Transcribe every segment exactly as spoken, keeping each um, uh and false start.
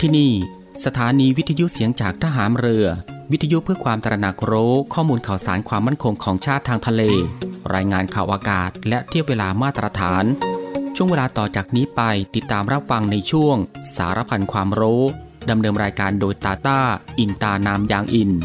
ที่นี่สถานีวิทยุเสียงจากทหารเรือวิทยุเพื่อความตระหนักรู้ข้อมูลข่าวสารความมั่นคงของชาติทางทะเลรายงานข่าวอากาศและเทียบเวลามาตรฐานช่วงเวลาต่อจากนี้ไปติดตามรับฟังในช่วงสารพันความรู้ดำเนินรายการโดยตาต้าอินตานามยางอิน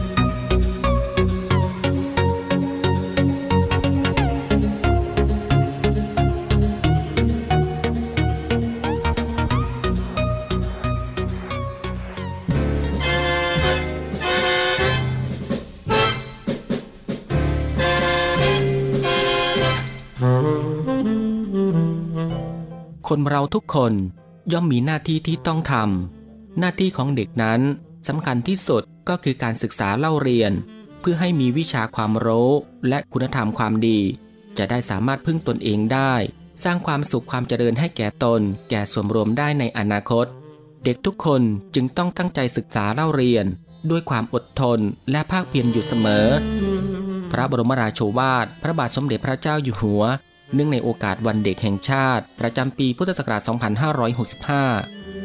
คนเราทุกคนย่อมมีหน้าที่ที่ต้องทำหน้าที่ของเด็กนั้นสำคัญที่สุดก็คือการศึกษาเล่าเรียนเพื่อให้มีวิชาความรู้และคุณธรรมความดีจะได้สามารถพึ่งตนเองได้สร้างความสุขความเจริญให้แก่ตนแก่ส่วนรวมได้ในอนาคตเด็กทุกคนจึงต้องตั้งใจศึกษาเล่าเรียนด้วยความอดทนและภาคเพียรอยู่เสมอพระบรมราโชวาทพระบาทสมเด็จพระเจ้าอยู่หัวเนื่องในโอกาสวันเด็กแห่งชาติประจำปีพุทธศักราช สองพันห้าร้อยหกสิบห้า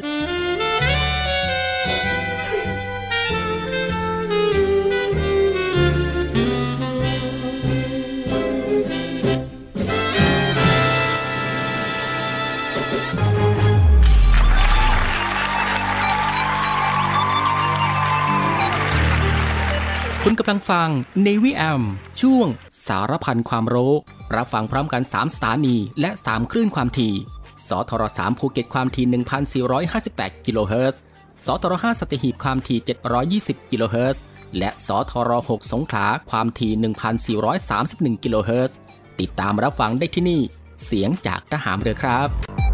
คุณกำลังฟัง Navy เอ เอ็ม ช่วงสารพันความรู้รับฟังพร้อมกันสามสถานีและสามคลื่นความถี่สทรสามภูเก็ตความถี่ หนึ่งพันสี่ร้อยห้าสิบแปด กิโลเฮิรตซ์สทรห้าสัตหีบความถี่เจ็ดร้อยยี่สิบกิโลเฮิรตซ์และสทรหกสงขลาความถี่ หนึ่งพันสี่ร้อยสามสิบเอ็ด กิโลเฮิรตซ์ติดตามรับฟังได้ที่นี่เสียงจากทหารเรือครับ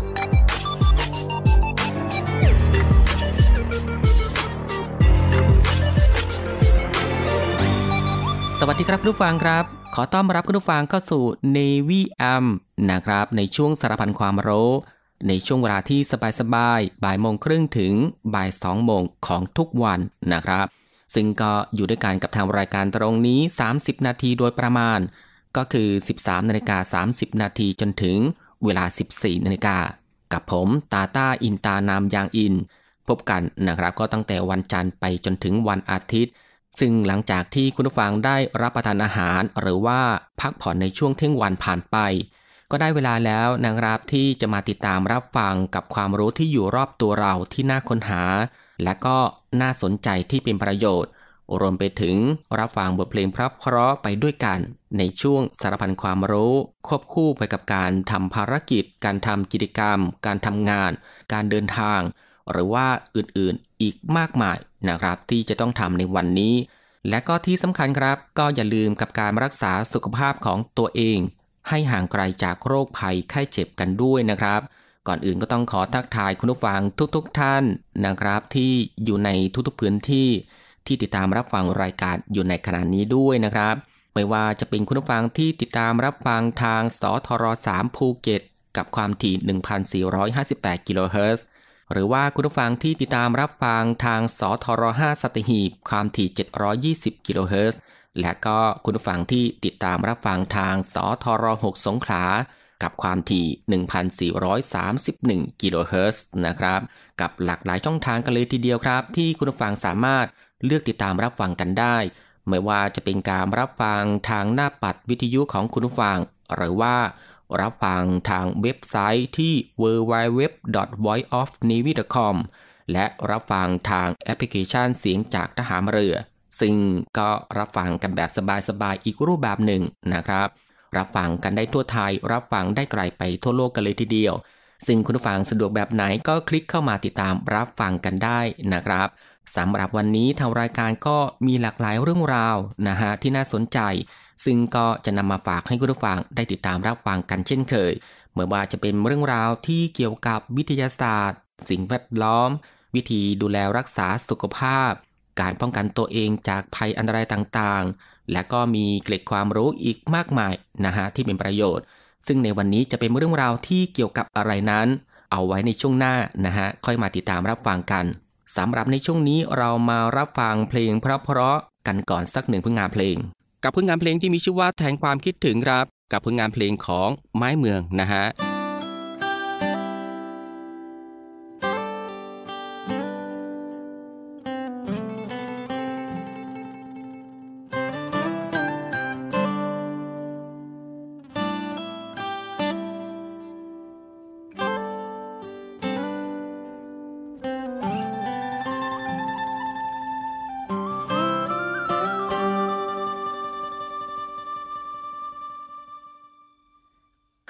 สวัสดีครับผู้ฟังครับขอต้อนรับคุณผู้ฟังเข้าสู่ Navy เอ เอ็ม นะครับในช่วงสารพันความรู้ในช่วงเวลาที่สบายๆบ่ายโมงครึ่งถึงบ่ายสองโมงของทุกวันนะครับซึ่งก็อยู่ด้วยกันกับทางรายการตรงนี้สามสิบนาทีโดยประมาณก็คือ สิบสามนาฬิกาสามสิบนาทีจนถึงเวลา สิบสี่นาฬิกากับผมตาต้าอินตานามยางอินพบกันนะครับก็ตั้งแต่วันจันทร์ไปจนถึงวันอาทิตย์ซึ่งหลังจากที่คุณผู้ฟังได้รับประทานอาหารหรือว่าพักผ่อนในช่วงเที่ยงวันผ่านไปก็ได้เวลาแล้วนะครับที่จะมาติดตามรับฟังกับความรู้ที่อยู่รอบตัวเราที่น่าค้นหาและก็น่าสนใจที่เป็นประโยชน์รวมไปถึงรับฟังบทเพลงเพราะๆไปด้วยกันในช่วงสารพันความรู้ควบคู่ไปกับการทำภารกิจการทำกิจกรรมการทำงานการเดินทางหรือว่าอื่นๆอีกมากมายนะครับที่จะต้องทำในวันนี้และก็ที่สำคัญครับก็อย่าลืมกับการรักษาสุขภาพของตัวเองให้ห่างไกลจากโรคภัยไข้เจ็บกันด้วยนะครับก่อนอื่นก็ต้องขอทักทายคุณผู้ฟังทุกๆท่านนะครับที่อยู่ในทุกๆพื้นที่ที่ติดตามรับฟังรายการอยู่ในขณะนี้ด้วยนะครับไม่ว่าจะเป็นคุณผู้ฟังที่ติดตามรับฟังทางสทรสามภูเก็ตกับความถี่ หนึ่งพันสี่ร้อยห้าสิบแปด กิโลเฮิรตซ์หรือว่าคุณผู้ฟังที่ติดตามรับฟังทางสทรห้าสัตหีบความถี่เจ็ดร้อยยี่สิบกิโลเฮิรตซ์และก็คุณผู้ฟังที่ติดตามรับฟังทางสทรหกสงขลากับความถี่ หนึ่งพันสี่ร้อยสามสิบเอ็ด กิโลเฮิรตซ์นะครับกับหลากหลายช่องทางกันเลยทีเดียวครับที่คุณผู้ฟังสามารถเลือกติดตามรับฟังกันได้ไม่ว่าจะเป็นการรับฟังทางหน้าปัดวิทยุของคุณผู้ฟังหรือว่ารับฟังทางเว็บไซต์ที่ ดับเบิลยู ดับเบิลยู ดับเบิลยู ดอท วอยซ์ ออฟ เนวี่ ดอท คอม และรับฟังทางแอปพลิเคชันเสียงจากทหารเรือซึ่งก็รับฟังกันแบบสบายๆอีกรูปแบบหนึ่งนะครับรับฟังกันได้ทั่วไทยรับฟังได้ไกลไปทั่วโลกกันเลยทีเดียวซึ่งคุณผู้ฟังสะดวกแบบไหนก็คลิกเข้ามาติดตามรับฟังกันได้นะครับสำหรับวันนี้ทางรายการก็มีหลากหลายเรื่องราวนะฮะที่น่าสนใจซึ่งก็จะนำมาฝากให้คุณผู้ฟังได้ติดตามรับฟังกันเช่นเคยไม่ว่าจะเป็นเรื่องราวที่เกี่ยวกับวิทยาศาสตร์สิ่งแวดล้อมวิธีดูแลรักษาสุขภาพการป้องกันตัวเองจากภัยอันตรายต่างๆและก็มีเกร็ดความรู้อีกมากมายนะฮะที่เป็นประโยชน์ซึ่งในวันนี้จะเป็นเรื่องราวที่เกี่ยวกับอะไรนั้นเอาไว้ในช่วงหน้านะฮะค่อยมาติดตามรับฟังกันสำหรับในช่วงนี้เรามารับฟังเพลงเพราะๆกันก่อนสักหนึ่งผลงานเพลงกับผลงานเพลงที่มีชื่อว่าแทนความคิดถึงครับกับผลงานเพลงของไม้เมืองนะฮะ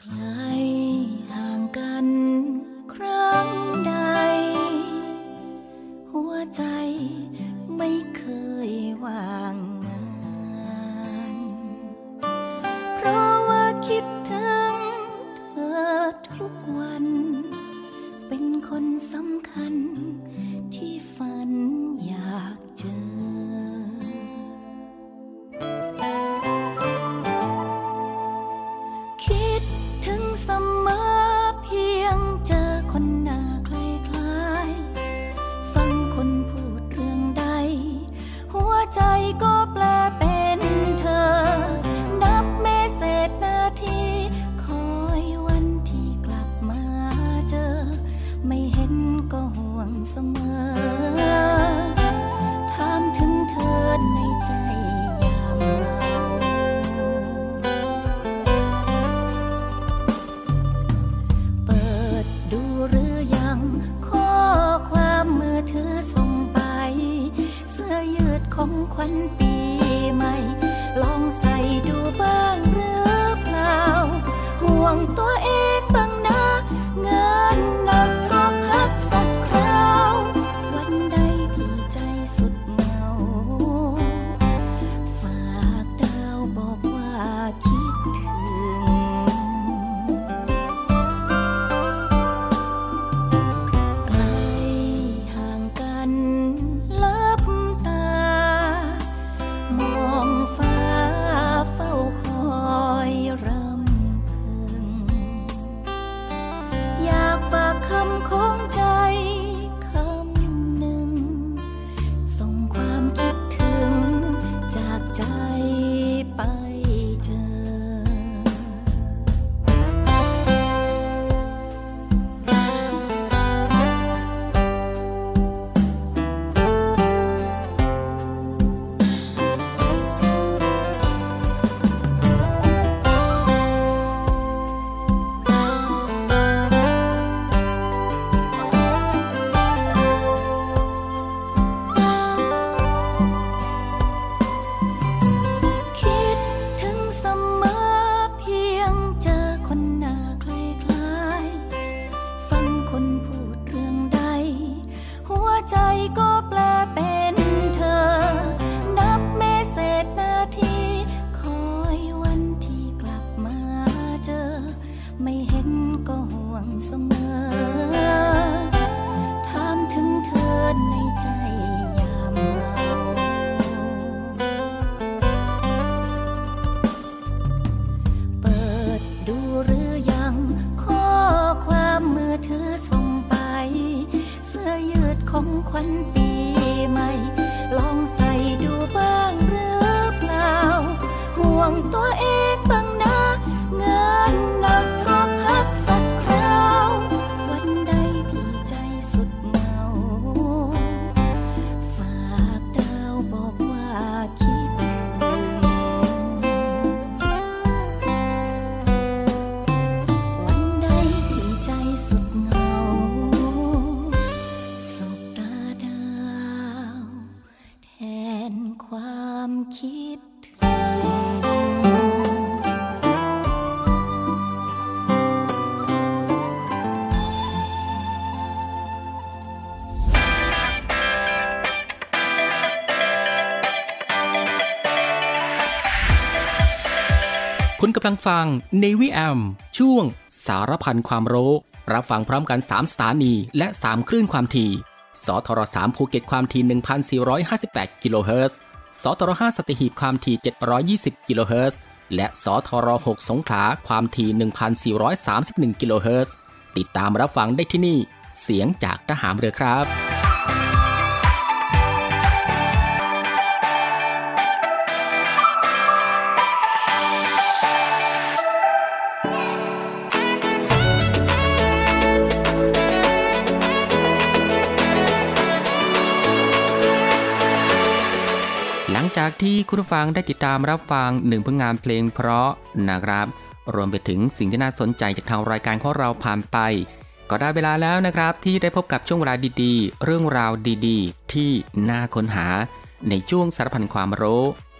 ใครห่างกันครั้งใดหัวใจไม่เคยวางงานเพราะว่าคิดถึงเธอทุกวันเป็นคนสำคัญที่ฝันอยากเจอคิดถึงเสมอเพียงเจอคนหน้าคล้ายๆฟังคนพูดเรื่องใดหัวใจก็แปลเป็นเธอนับเมษเศษนาทีคอยวันที่กลับมาเจอไม่เห็นก็ห่วงเสมอถามถึงเธอในใจยามเมาเปิดดูหรือยังข้อความมือถือส่งไปเสื้อยืดของขวัญปีใหม่ลองใส่ดูบ้างหรือเปล่าห่วงตัวเองบ้างนะงานหนักก็พักสักคราววันใดที่ใจสุดเหงาฝากดาวบอกว่าคิดถึงไกลห่างกันลับตามองฟ้าเฝ้าคอยรำพึงอยากฝากคำของใจคำหนึ่งส่งความคิดถึงจากใจไปเจอคิดถึงเสมอเพียงเจอคนหน้าคล้ายๆฟังคนพูดเรื่องใดหัวใจก็แปลเป็นเธอนับเมษเศษนาทีคอยวันที่กลับมาเจอไม่เห็นก็ห่วงเสมอถามถึงเธอในใจยามเมาเปิดดูหรือยังข้อความมือถือส่งไปเสื้อยืดของขวัญปีใหม่ลองใส่ดูบ้างหรือเปล่าห่วงตัวเองบ้างนะงานหนักก็พักสักคราววันใดที่ใจสุดเหงาฝากดาวบอกว่าคิดถึงวันใดที่ใจสุดเหงาสบตาดาวแทนความคิดถึงคุณกำลังฟัง Navy เอ เอ็ม ช่วงสารพันความรู้รับฟังพร้อมกันสามสถานีและสามคลื่นความถี่สทรสามภูเก็ตความถี่ หนึ่งพันสี่ร้อยห้าสิบแปด กิโลเฮิรตซ์สทรห้าสัตหีบความถี่ เจ็ดร้อยยี่สิบ กิโลเฮิรตซ์และสทรหกสงขลาความถี่ หนึ่งพันสี่ร้อยสามสิบเอ็ด กิโลเฮิรตซ์ติดตามรับฟังได้ที่นี่เสียงจากทหารเรือครับ หลังจากที่คุณผู้ฟังได้ติดตามรับฟังหนึ่งผลงานเพลงเพราะนะครับรวมไปถึงสิ่งที่น่าสนใจจากทางรายการของเราผ่านไปก็ได้เวลาแล้วนะครับที่ได้พบกับช่วงเวลาดีๆเรื่องราวดีๆที่น่าค้นหาในช่วงสารพันความรู้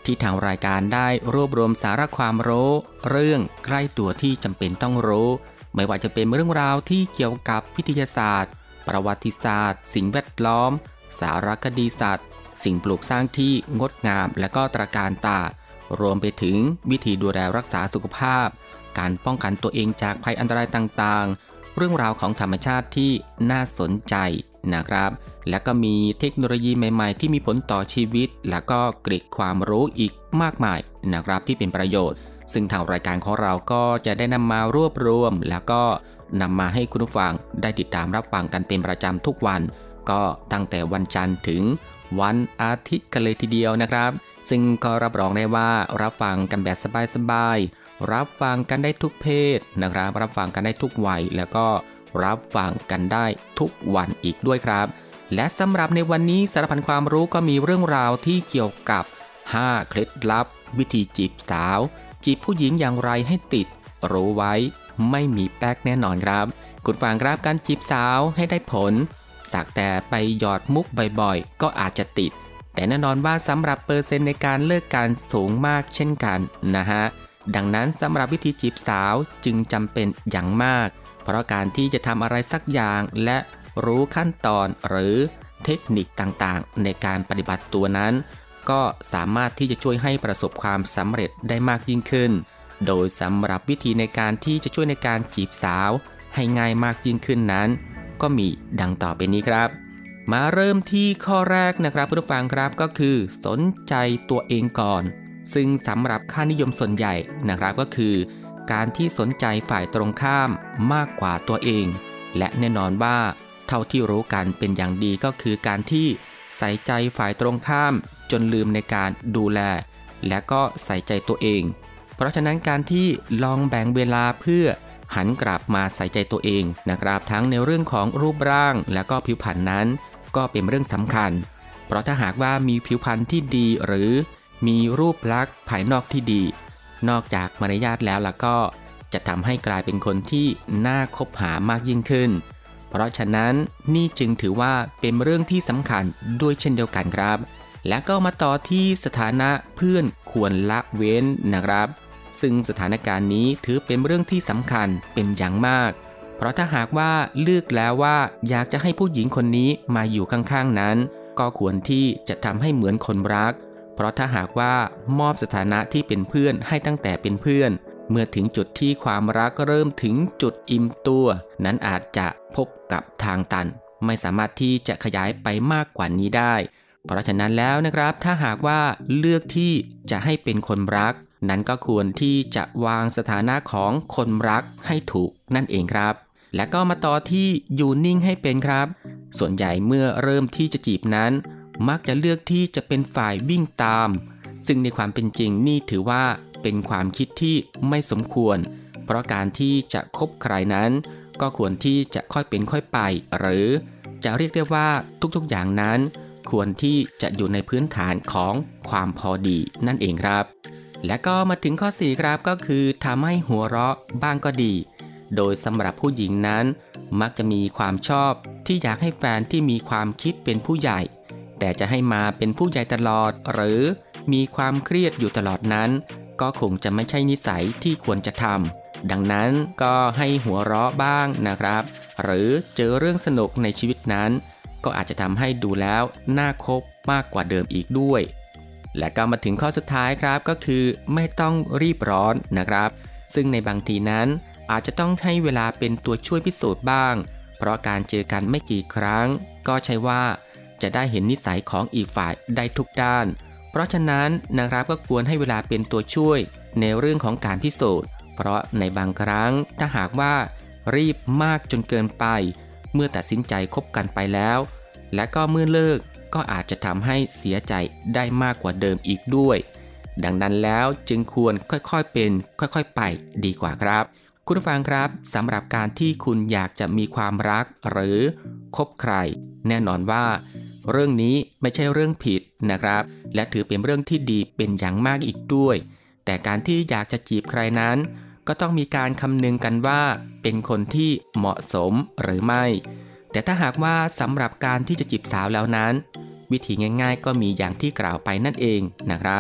ที่ทางรายการได้รวบรวมสาระความรู้เรื่องใกล้ตัวที่จำเป็นต้องรู้ไม่ว่าจะเป็นเรื่องราวที่เกี่ยวกับวิทยาศาสตร์ประวัติศาสตร์สิ่งแวดล้อมสารคดีสัตว์สิ่งปลูกสร้างที่งดงามและก็ตระการตารวมไปถึงวิธีดูแลรักษาสุขภาพการป้องกันตัวเองจากภัยอันตรายต่างๆเรื่องราวของธรรมชาติที่น่าสนใจนะครับและก็มีเทคโนโลยีใหม่ๆที่มีผลต่อชีวิตและก็เกร็ดความรู้อีกมากมายนะครับที่เป็นประโยชน์ซึ่งทางรายการของเราก็จะได้นำมารวบรวมแล้วก็นำมาให้คุณผู้ฟังได้ติดตามรับฟังกันเป็นประจำทุกวันก็ตั้งแต่วันจันทร์ถึงวันอาทิตย์กันเลยทีเดียวนะครับซึ่งก็รับรองได้ว่ารับฟังกันแบบสบายๆรับฟังกันได้ทุกเพศนะครับรับฟังกันได้ทุกวัยแล้วก็รับฟังกันได้ทุกวันอีกด้วยครับและสำหรับในวันนี้สารพันความรู้ก็มีเรื่องราวที่เกี่ยวกับห้าเคล็ดลับวิธีจีบสาวจีบผู้หญิงอย่างไรให้ติดรู้ไว้ไม่มีแป๊กแน่นอนครับคุณฟังครับการจีบสาวให้ได้ผลสักแต่ไปหยอดมุกบ่อยๆก็อาจจะติดแต่แน่นอนว่าสำหรับเปอร์เซ็นต์ในการเลิกกันสูงมากเช่นกันนะฮะดังนั้นสำหรับวิธีจีบสาวจึงจำเป็นอย่างมากเพราะการที่จะทำอะไรสักอย่างและรู้ขั้นตอนหรือเทคนิคต่างๆในการปฏิบัติตัวนั้นก็สามารถที่จะช่วยให้ประสบความสำเร็จได้มากยิ่งขึ้นโดยสำหรับวิธีในการที่จะช่วยในการจีบสาวให้ง่ายมากยิ่งขึ้นนั้นก็มีดังต่อไปนี้ครับมาเริ่มที่ข้อแรกนะครับผู้ฟังครับก็คือสนใจตัวเองก่อนซึ่งสำหรับค่านิยมส่วนใหญ่นะครับก็คือการที่สนใจฝ่ายตรงข้ามมากกว่าตัวเองและแน่นอนว่าเท่าที่รู้กันเป็นอย่างดีก็คือการที่ใส่ใจฝ่ายตรงข้ามจนลืมในการดูแลและก็ใส่ใจตัวเองเพราะฉะนั้นการที่ลองแบ่งเวลาเพื่อหันกลับมาใส่ใจตัวเองนะครับทั้งในเรื่องของรูปร่างและก็ผิวพรรณนั้นก็เป็นเรื่องสำคัญเพราะถ้าหากว่ามีผิวพรรณที่ดีหรือมีรูปลักษณ์ภายนอกที่ดีนอกจากมารยาทแล้วล่ะก็จะทำให้กลายเป็นคนที่น่าคบหามากยิ่งขึ้นเพราะฉะนั้นนี่จึงถือว่าเป็นเรื่องที่สำคัญด้วยเช่นเดียวกันครับและก็มาต่อที่สถานะเพื่อนควรละเว้นนะครับซึ่งสถานการณ์นี้ถือเป็นเรื่องที่สำคัญเป็นอย่างมากเพราะถ้าหากว่าเลือกแล้วว่าอยากจะให้ผู้หญิงคนนี้มาอยู่ข้างๆนั้นก็ควรที่จะทำให้เหมือนคนรักเพราะถ้าหากว่ามอบสถานะที่เป็นเพื่อนให้ตั้งแต่เป็นเพื่อนเมื่อถึงจุดที่ความรักเริ่มถึงจุดอิ่มตัวนั้นอาจจะพบกับทางตันไม่สามารถที่จะขยายไปมากกว่านี้ได้เพราะฉะนั้นแล้วนะครับถ้าหากว่าเลือกที่จะให้เป็นคนรักนั้นก็ควรที่จะวางสถานะของคนรักให้ถูกนั่นเองครับและก็มาต่อที่อยู่นิ่งให้เป็นครับส่วนใหญ่เมื่อเริ่มที่จะจีบนั้นมักจะเลือกที่จะเป็นฝ่ายวิ่งตามซึ่งในความเป็นจริงนี่ถือว่าเป็นความคิดที่ไม่สมควรเพราะการที่จะคบใครนั้นก็ควรที่จะค่อยเป็นค่อยไปหรือจะเรียกได้ว่าทุกๆอย่างนั้นควรที่จะอยู่ในพื้นฐานของความพอดีนั่นเองครับและก็มาถึงข้อสี่ครับก็คือทำให้หัวเราะบ้างก็ดีโดยสำหรับผู้หญิงนั้นมักจะมีความชอบที่อยากให้แฟนที่มีความคิดเป็นผู้ใหญ่แต่จะให้มาเป็นผู้ใหญ่ตลอดหรือมีความเครียดอยู่ตลอดนั้นก็คงจะไม่ใช่นิสัยที่ควรจะทำดังนั้นก็ให้หัวเราะบ้างนะครับหรือเจอเรื่องสนุกในชีวิตนั้นก็อาจจะทำให้ดูแล้วน่าคบมากกว่าเดิมอีกด้วยและก็มาถึงข้อสุดท้ายครับก็คือไม่ต้องรีบร้อนนะครับซึ่งในบางทีนั้นอาจจะต้องให้เวลาเป็นตัวช่วยพิสูจน์บ้างเพราะการเจอกันไม่กี่ครั้งก็ใช่ว่าจะได้เห็นนิสัยของอีกฝ่ายได้ทุกด้านเพราะฉะนั้นนะครับก็ควรให้เวลาเป็นตัวช่วยในเรื่องของการพิสูจน์เพราะในบางครั้งถ้าหากว่ารีบมากจนเกินไปเมื่อตัดสินใจคบกันไปแล้วและก็เมื่อเลิกก็อาจจะทำให้เสียใจได้มากกว่าเดิมอีกด้วยดังนั้นแล้วจึงควรค่อยๆเป็นค่อยๆไปดีกว่าครับคุณผู้ฟังครับสำหรับการที่คุณอยากจะมีความรักหรือคบใครแน่นอนว่าเรื่องนี้ไม่ใช่เรื่องผิดนะครับและถือเป็นเรื่องที่ดีเป็นอย่างมากอีกด้วยแต่การที่อยากจะจีบใครนั้นก็ต้องมีการคำนึงกันว่าเป็นคนที่เหมาะสมหรือไม่แต่ถ้าหากว่าสำหรับการที่จะจีบสาวแล้วนั้นวิธีง่ายๆก็มีอย่างที่กล่าวไปนั่นเองนะครับ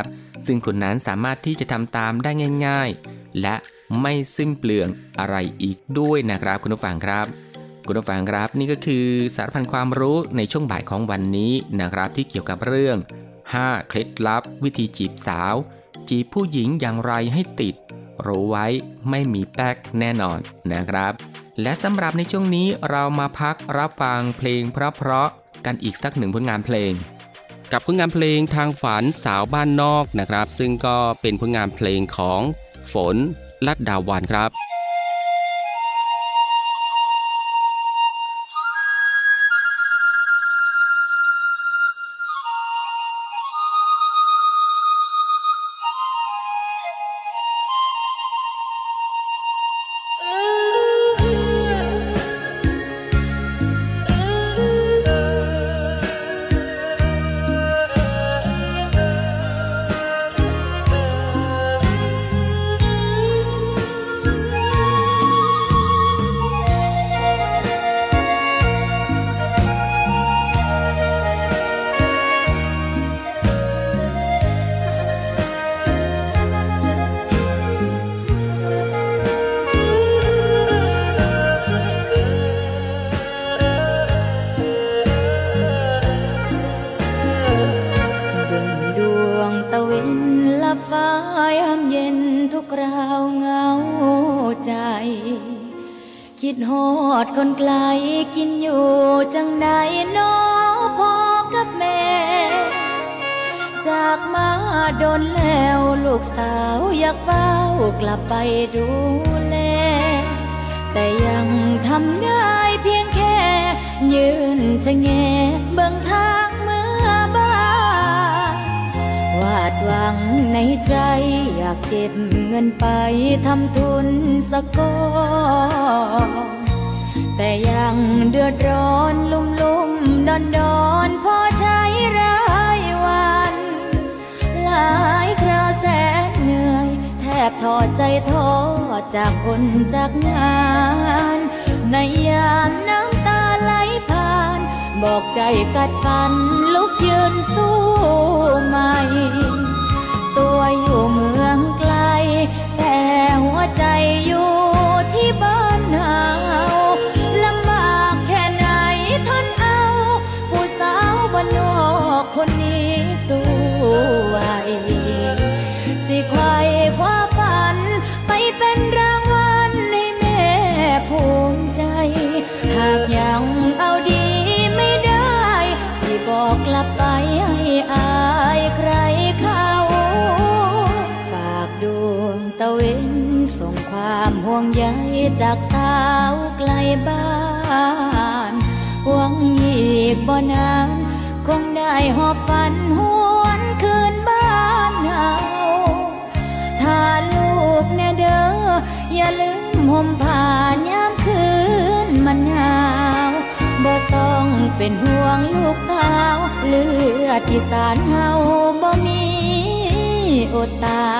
ซึ่งคุณนั้นสามารถที่จะทำตามได้ง่ายๆและไม่สิ้นเปลืองอะไรอีกด้วยนะครับคุณผู้ฟังครับคุณผู้ฟังครับนี่ก็คือสารพันความรู้ในช่วงบ่ายของวันนี้นะครับที่เกี่ยวกับเรื่องห้าเคล็ดลับวิธีจีบสาวจีบผู้หญิงอย่างไรให้ติดรู้ไว้ไม่มีแป๊กแน่นอนนะครับและสำหรับในช่วงนี้เรามาพักรับฟังเพลงเพราะๆกันอีกสักหนึ่งผลงานเพลงกับผลงานเพลงทางฝันสาวบ้านนอกนะครับซึ่งก็เป็นผลงานเพลงของฝนลัดดาวันครับคิดฮอดคนไกลกินอยู่จังใดน้อพ่อกับแม่จากมาโดนแล้วลูกสาวอยากเฝ้ากลับไปดูแลแต่ยังทำได้เพียงแค่ยืนชะแงเบิ่งทางเมื่อบ้านวาดหวังในใจอยากเก็บเงินไปทำทุนสักก้อนแต่ยังเดือดร้อนลุ่มลุ่มดอนดอนพอใช้รายวันหลายคราวแสนเหนื่อยแทบทอดใจท้อจากคนจากงานในยามน้ำตาไหลผ่านบอกใจกัดฟันลุกยืนสู้ใหม่ตัวอยู่เมืองไกลแต่หัวใจอยู่ที่บ้านเฮาลำบากแค่ไหนทนเอาผู้สาวบ้านนอกคนนี้สู้ไหวสิไขว่คว้าฝันไปเป็นรางวัลให้แม่ภูมิใจหากยังเอาดีไม่ได้สิบอกกลับไปให้อายใครเขาฝากดวงตะเวนส่งความห่วงใยจากสาวไกลบ้านหวังอีกบ่นานคงได้หอบฝันหวนคืนบ้านเฮาถ้าลูกแน่เด้ออย่าลืมห่มผ้ายามคืนมันหนาวบ่ต้องเป็นห่วงลูกสาวเลือดที่สานเฮาบ่มีอดตา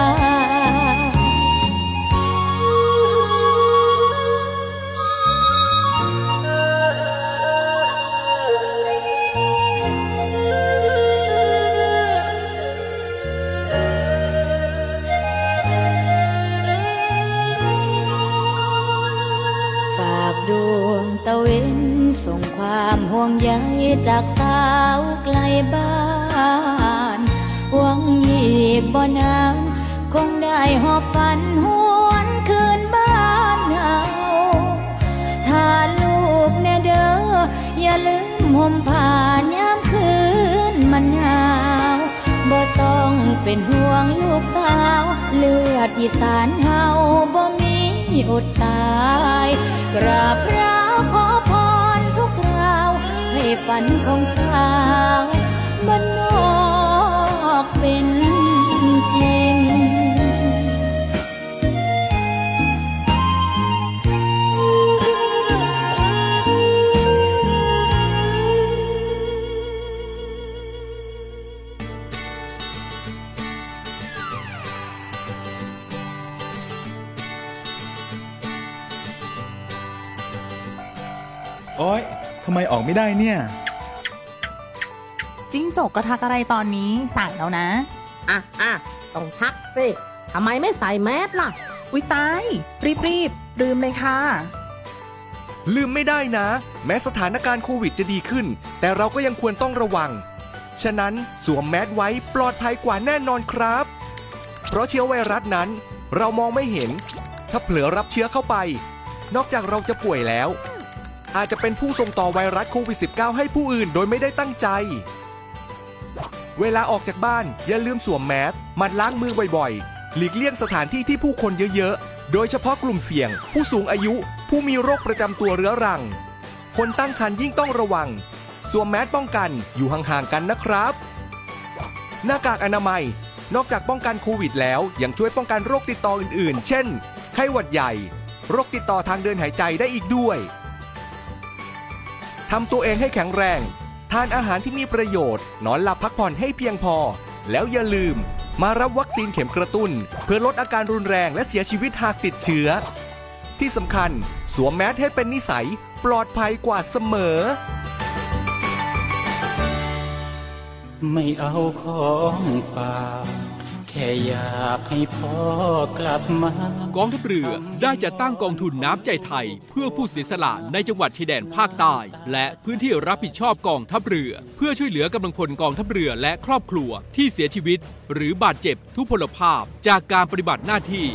ดวงตะเวนส่งความห่วงใยจากสาวไกลบ้านหวังอีกบ่นานคงได้หอบฝันหวนคืนบ้านเฮาถ้าลูกแน่เด้ออย่าลืมห่มผ้ายามคืนมันหนาวบ่ต้องเป็นห่วงลูกสาวเลือดอีสานเฮาบ่มีอดตายกราบเท้าขอพรทุกคราวให้ฝันของสาวบ้านนอกเป็นจริงโอ๊ยทำไมออกไม่ได้เนี่ยจิ้งจกก็ทักอะไรตอนนี้สายแล้วนะอ่ะอ่ะต้องทักสิทำไมไม่ใส่แมสล่ะอุ๊ยตายรีบๆลืมเลยค่ะลืมไม่ได้นะแม้สถานการณ์โควิดจะดีขึ้นแต่เราก็ยังควรต้องระวังฉะนั้นสวมแมสไว้ปลอดภัยกว่าแน่นอนครับเพราะเชื้อไวรัสนั้นเรามองไม่เห็นถ้าเผลอรับเชื้อเข้าไปนอกจากเราจะป่วยแล้วอาจจะเป็นผู้ส่งต่อไวรัสโควิด สิบเก้า ให้ผู้อื่นโดยไม่ได้ตั้งใจเวลาออกจากบ้านอย่าลืมสวมแมสหมั่นล้างมือบ่อยๆหลีกเลี่ยงสถานที่ที่ผู้คนเยอะๆโดยเฉพาะกลุ่มเสี่ยงผู้สูงอายุผู้มีโรคประจำตัวเรื้อรังคนตั้งครรภ์ยิ่งต้องระวังสวมแมสป้องกันอยู่ห่างๆกันนะครับหน้ากากอนามัยนอกจากป้องกันโควิดแล้วยังช่วยป้องกันโรคติดต่ออื่นๆเช่นไข้หวัดใหญ่โรคติดต่อทางเดินหายใจได้อีกด้วยทำตัวเองให้แข็งแรงทานอาหารที่มีประโยชน์นอนหลับพักผ่อนให้เพียงพอแล้วอย่าลืมมารับวัคซีนเข็มกระตุ้นเพื่อลดอาการรุนแรงและเสียชีวิตหากติดเชื้อที่สำคัญสวมแมสให้เป็นนิสัยปลอดภัยกว่าเสมอไม่เอาของฝากแค่อยากให้พ่อกลับมากองทัพเรือได้จัดตั้งกองทุนน้ำใจไทยเพื่อผู้เสียสละในจังหวัดชายแดนภาคใต้และพื้นที่รับผิดชอบกองทัพเรือเพื่อช่วยเหลือกำลังพลกองทัพเรือและครอบครัวที่เสียชีวิตหรือบาดเจ็บทุพพลภาพจากการปฏิบัติหน้าที่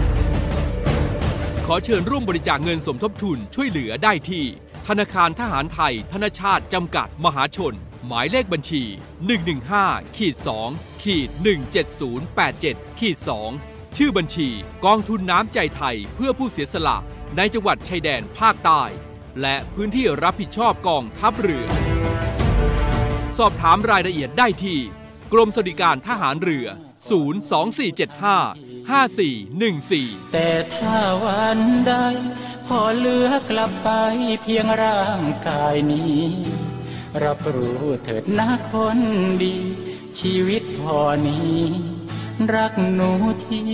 ขอเชิญร่วมบริจาคเงินสมทบทุนช่วยเหลือได้ที่ธนาคารทหารไทยธนชาติจำกัดมหาชนหมายเลขบัญชี หนึ่ง หนึ่ง ห้า สอง หนึ่ง เจ็ด ศูนย์ แปด เจ็ด สอง ชื่อบัญชีกองทุนน้ำใจไทยเพื่อผู้เสียสละในจังหวัดชายแดนภาคใต้และพื้นที่รับผิดชอบกองทัพเรือสอบถามรายละเอียดได้ที่กรมสวัสดิการทหารเรือศูนย์ สอง สี่ เจ็ด ห้า ห้า สี่ หนึ่ง สี่แต่ถ้าวันใดพอเหลือกลับไปเพียงร่างกายนี้รับรู้เถิดนะคนดีชีวิตพอนี้รักหนูที่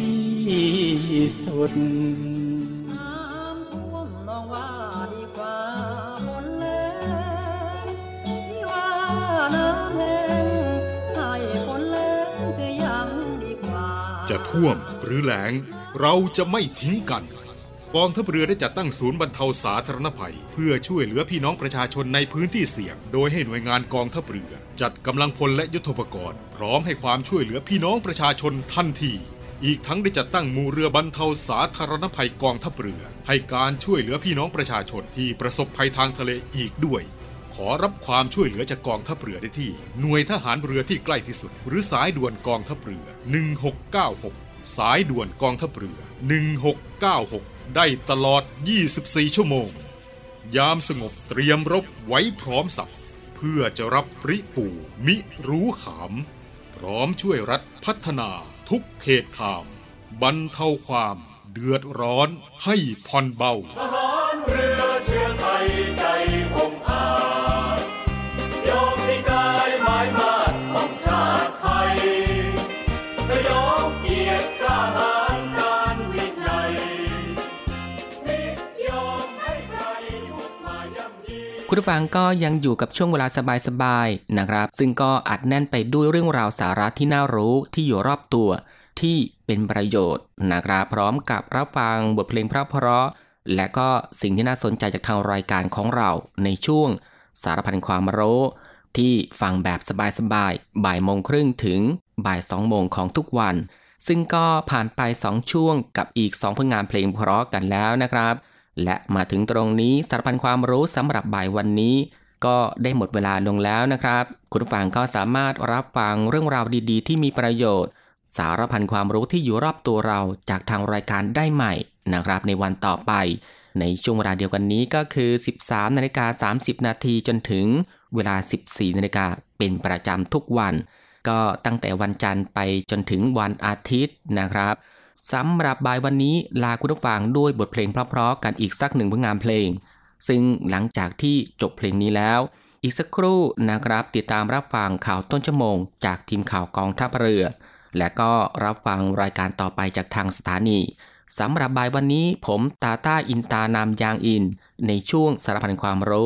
สุดน้ำท่วมน้องว่าดีกว่าฝนแล้งที่ว่าน้ำแห้งให้ฝนแล้งคือยังดีกว่าจะท่วมหรือแล้งเราจะไม่ทิ้งกันกองทัพเรือได้จัดตั้งศูนย์บรรเทาสาธารณภัยเพื่อช่วยเหลือพี่น้องประชาชนในพื้นที่เสี่ยงโดยให้หน่วยงานกองทัพเรือจัดกำลังพลและยุทโธปกรณ์พร้อมให้ความช่วยเหลือพี่น้องประชาชนทันทีอีกทั้งได้จัดตั้งหมู่เรือบรรเทาสาธารณภัยกองทัพเรือให้การช่วยเหลือพี่น้องประชาชนที่ประสบภัยทางทะเลอีกด้วยขอรับความช่วยเหลือจากกองทัพเรือได้ที่หน่วยทหารเรือที่ใกล้ที่สุดหรือสายด่วนกองทัพเรือหนึ่ง หก เก้า หกสายด่วนกองทัพเรือหนึ่ง หก เก้า หกได้ตลอดยี่สิบสี่ชั่วโมงยามสงบเตรียมรบไว้พร้อมสับเพื่อจะรับริปู่มิรู้ขามพร้อมช่วยรัฐพัฒนาทุกเขตขามบรรเทาความเดือดร้อนให้ผ่อนเบาทหารเรือเชื้อไทยใจองอาจยอมในกายหมายมาดของชาติไทยและยอมเกียรติทหารการวินัยมิยอมให้ใครบุกมาย่ำยีคุณผู้ฟังก็ยังอยู่กับช่วงเวลาสบายๆนะครับซึ่งก็อัดแน่นไปด้วยเรื่องราวสาระที่น่ารู้ที่อยู่รอบตัวที่เป็นประโยชน์นะครับพร้อมกับรับฟังบทเพลงเพราะๆและก็สิ่งที่น่าสนใจจากทางรายการของเราในช่วงสารพันความรู้ที่ฟังแบบสบายๆบ่ายโมงครึ่งถึงบ่ายสองโมงของทุกวันซึ่งก็ผ่านไปสองช่วงกับอีกสองผลงานเพลงเพราะกันแล้วนะครับและมาถึงตรงนี้สารพันความรู้สำหรับบ่ายวันนี้ก็ได้หมดเวลาลงแล้วนะครับคุณผู้ฟังก็สามารถรับฟังเรื่องราวดีๆที่มีประโยชน์สารพันความรู้ที่อยู่รอบตัวเราจากทางรายการได้ใหม่นะครับในวันต่อไปในช่วงเวลาเดียวกันนี้ก็คือ สิบสามนาฬิกาสามสิบนาทีจนถึงเวลา สิบสี่นาฬิกาเป็นประจำทุกวันก็ตั้งแต่วันจันทร์ไปจนถึงวันอาทิตย์นะครับสำหรับบ่ายวันนี้ลาคุณผู้ฟังด้วยบทเพลงเพราะๆกันอีกสักหนึ่งผลงานเพลงซึ่งหลังจากที่จบเพลงนี้แล้วอีกสักครู่นะครับติดตามรับฟังข่าวต้นชั่วโมงจากทีมข่าวกองทัพเรือและก็รับฟังรายการต่อไปจากทางสถานีสำหรับบ่ายวันนี้ผมตาต้าอินตานามยางอินในช่วงสารพันความรู้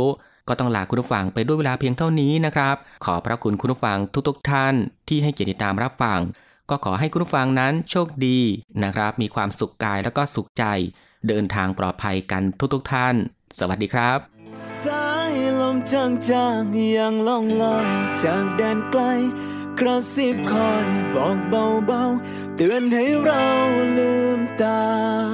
ก็ต้องลาคุณผู้ฟังไปด้วยเวลาเพียงเท่านี้นะครับขอพระคุณคุณผู้ฟังทุกๆท่านที่ให้เกียรติติดตามรับฟังก็ขอให้คุณผู้ฟังนั้นโชคดีนะครับมีความสุขกายแล้วก็สุขใจเดินทางปลอดภัยกันทุกๆท่านสวัสดีครับสายลมจางๆยังล่องลอยจากแดนไกลกระซิบคอยบอกเบาๆเตือนให้เราลืมตา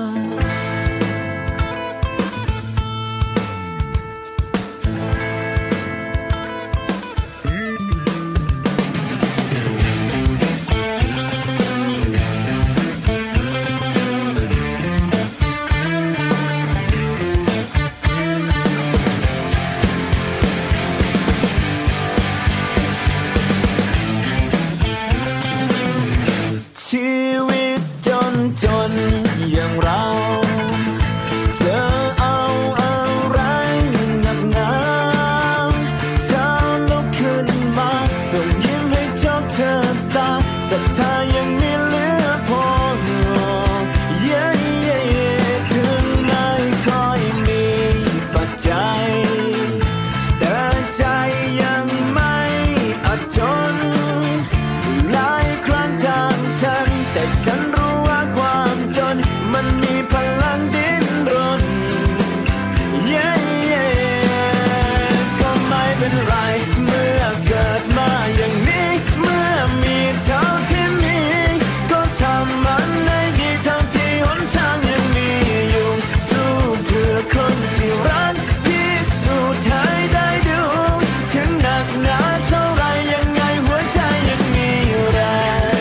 ชีวิตจนจนอย่างเราจะเอาอะไรหนักหนาเช้าลุกขึ้นมาส่งยิ้มให้เจ้าเธอตาศรัทธายังมีเหลือพอเย้เย้ถึงไม่ค่อยมีปัจจัยแต่ใจยังไม่อับจนหลายครั้งทางฉันแต่ฉันรู้ว่าความจนมันมีพลังดิ้นรน yeah, yeah. ก็ไม่เป็นไรเมื่อเกิดมาอย่างนี้เมื่อมีเท่าที่มีก็ทำมันให้ดีเท่าที่หนทางยังมีอยู่สู้เพื่อคนที่รักพิสูจน์ให้ได้ดูถึงหนักหนาเท่าไรยังไงหัวใจยังมีแรง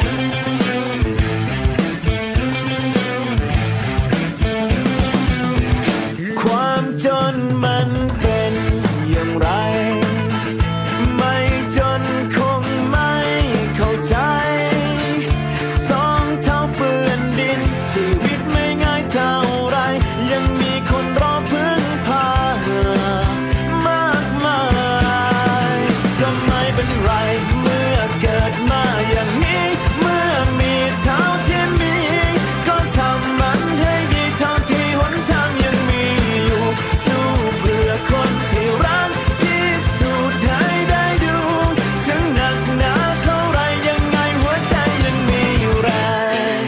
ความจนมันเป็นอย่างไรไม่จนคงไม่เข้าใจสองเท้าเปื้อนดินชีวิตไม่ง่ายเท่าไรยังมีคนรอพึ่งพามากมายก็ไม่เป็นไรเมื่อเกิดมาอย่างนี้เมื่อมีเท่าที่มีก็ทำมันให้ดีเท่าที่หนทางยังมีอยู่สู้เพื่อคนที่รักพิสูจน์ให้ได้ดูถึงหนักหนาเท่าไรยังไงหัวใจยังมีแรง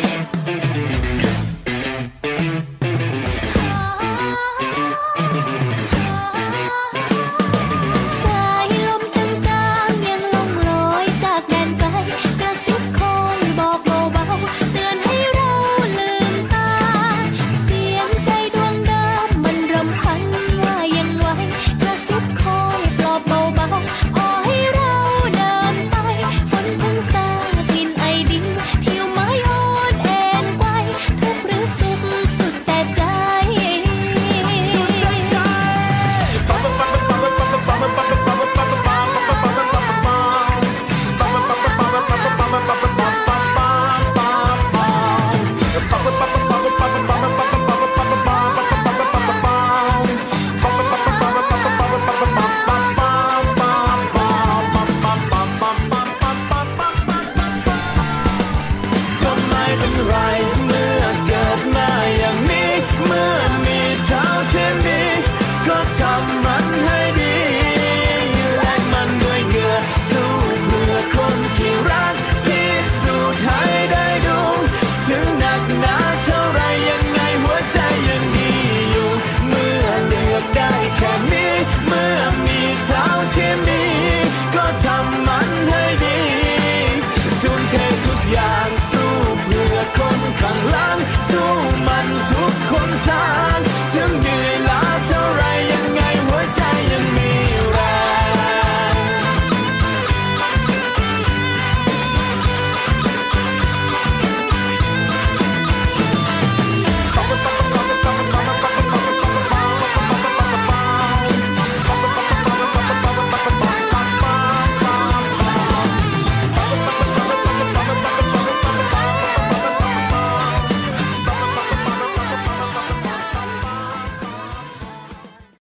สายลมจางๆยังล่องลอยจากแดนไกลกระซิบคอยบอกเบาๆเตือนให้เราลืมตาเสียงใจดวงเดิมมันรำพันว่ายังไหวกระซิบคอยปลอบเบาๆขอให้เราเดินไปฝนเพิ่งซากลิ่นไอดินทิวไม้อ่อนแอนไกวทุกข์หรือสุขสุดแต่ใจก็ไม่เป็นไรเมื่อเกิดมาอย่างนี้เมื่อมีเท่าที่มีก็ทำมันให้ดีแลกมันด้วยเหงื่อสู้เพื่อคนที่รักพิสูจน์ให้ได้ดูถึงหนักหนาเท่าไรยังไงหัวใจยังมีอยู่เมื่อเลือกได้แค่นี้เมื่อมีเท่าที่มีก็ทำมันให้ดีทุ่มเททุกอย่างสู้เพื่อคนข้างหลังสู้มันทุกคนทาง